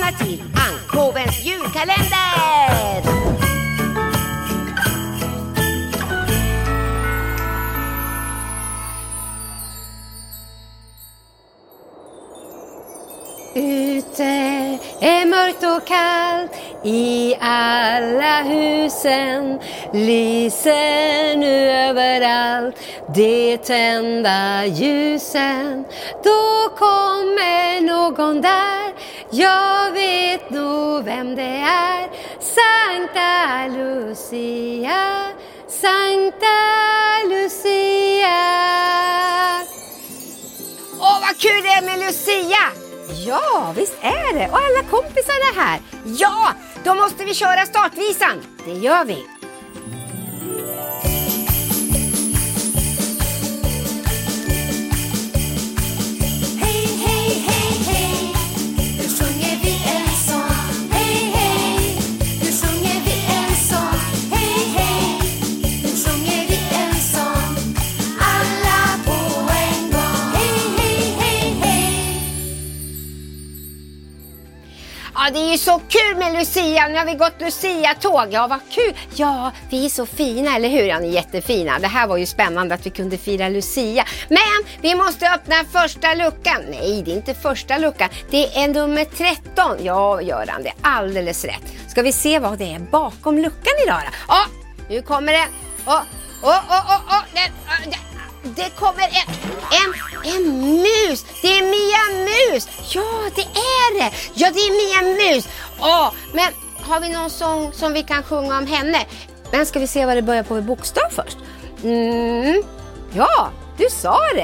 välkomna till Ankovens julkalender! Ute är mörkt och kallt, i alla husen lyser nu överallt de tända ljusen. Då kommer någon där, jag vet nog vem det är. Sankta Lucia, Sankta Lucia. Åh, vad kul det är med Lucia! Ja, visst är det. Och alla kompisarna här. Ja, då måste vi köra startvisan. Det gör vi. Hej, hej, hej, hej. Nu sjunger vi en sång. Hej, hej. Nu sjunger vi en sång. Hej, hej. Nu sjunger vi en sång. Alla på en gång. Hej, hej, hej, hej. Ja, det är ju så kul med Lucia. Nu har vi gått Lucia-tåg. Ja, vad kul. Ja, vi är så fina, eller hur? Ja, ni är jättefina. Det här var ju spännande att vi kunde fira Lucia. Men vi måste öppna första luckan. Nej, det är inte första luckan. Det är nummer 13. Ja, Göran, det är alldeles rätt. Ska vi se vad det är bakom luckan idag då? Ja, nu kommer det. Det kommer en mus. Det är Mia Mus. Ja, det är det. Ja, det är Mia Mus. Men har vi någon sång som vi kan sjunga om henne? Men ska vi se vad det börjar på i bokstav först? Ja, du sa det.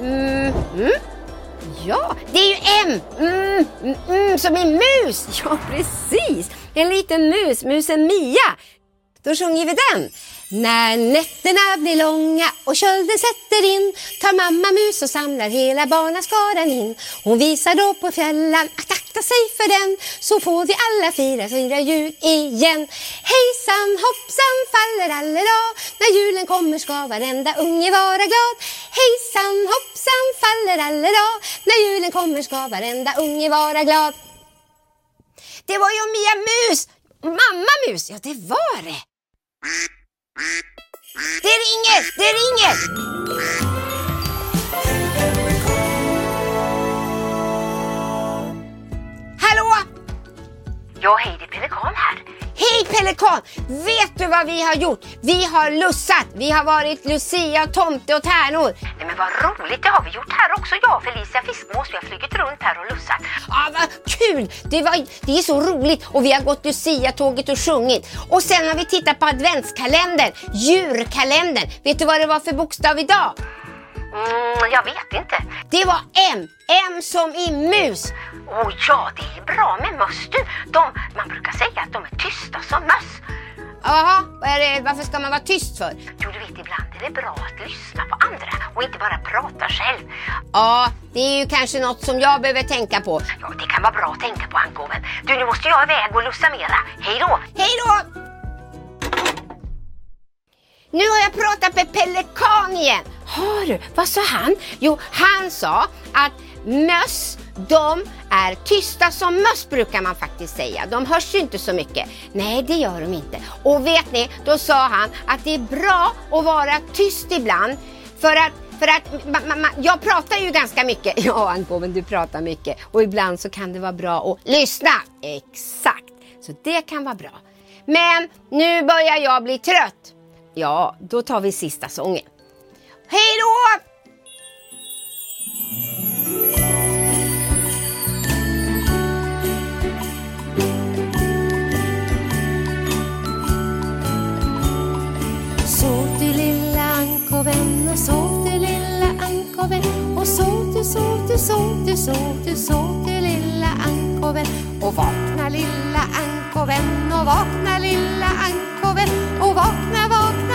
Ja, det är ju M. Som i mus. Ja, precis. En liten mus. Musen Mia. Då sjunger vi den. När nätterna blir långa och kölden sätter in tar mamma mus och samlar hela barnaskaran in. Hon visar då på fjällan att akta sig för den, så får vi alla fira jul igen. Hejsan hoppsan faller allera, när julen kommer ska varenda unge vara glad. Hejsan hoppsan faller allera, när julen kommer ska varenda unge vara glad. Det var ju Mia Mus, mamma mus, ja det var det. Det ringer! Hallå? Ja, hej, det är Pelikan här. Hej Pelikan! Vet du vad vi har gjort? Vi har lussat. Vi har varit Lucia, tomte och tärnor. Nej, men vad roligt, det har vi gjort här också. Jag och Felicia Fiskmås, vi har flugit runt här och lussat. Ja, vad kul! Det är så roligt. Och vi har gått Lucia-tåget och sjungit. Och sen har vi tittat på adventskalendern, djurkalendern. Vet du vad det var för bokstav idag? Jag vet inte. Det var M. M som i mus. Ja, det är bra med möss du. Man brukar säga att de är tysta som möss. Jaha, varför ska man vara tyst för? Jo, du vet, ibland är det bra att lyssna på andra och inte bara prata själv. Ja, det är ju kanske något som jag behöver tänka på. Ja, det kan vara bra att tänka på, Ankoven. Du, nu måste jag iväg och lussa mera. Hej då! Hej då! Nu har jag pratat med Pelikan igen. Har du? Vad sa han? Jo, han sa att möss, de är tysta som möss brukar man faktiskt säga. De hörs ju inte så mycket. Nej, det gör de inte. Och vet ni, då sa han att det är bra att vara tyst ibland. För att jag pratar ju ganska mycket. Ja, Ankoven, du pratar mycket. Och ibland så kan det vara bra att lyssna. Exakt. Så det kan vara bra. Men nu börjar jag bli trött. Ja, då tar vi sista sången. Hej då! Sov du lilla ankoven och sov du lilla ankoven och sov du lilla ankoven och vakna lilla ankoven och vakna lilla ankoven och vakna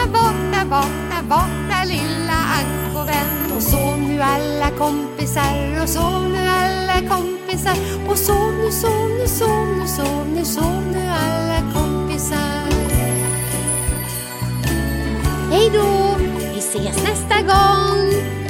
lilla ankoven och sov nu alla kompisar och sov nu alla kompisar och sov nu alla kompisar. Hej då, vi ses nästa gång.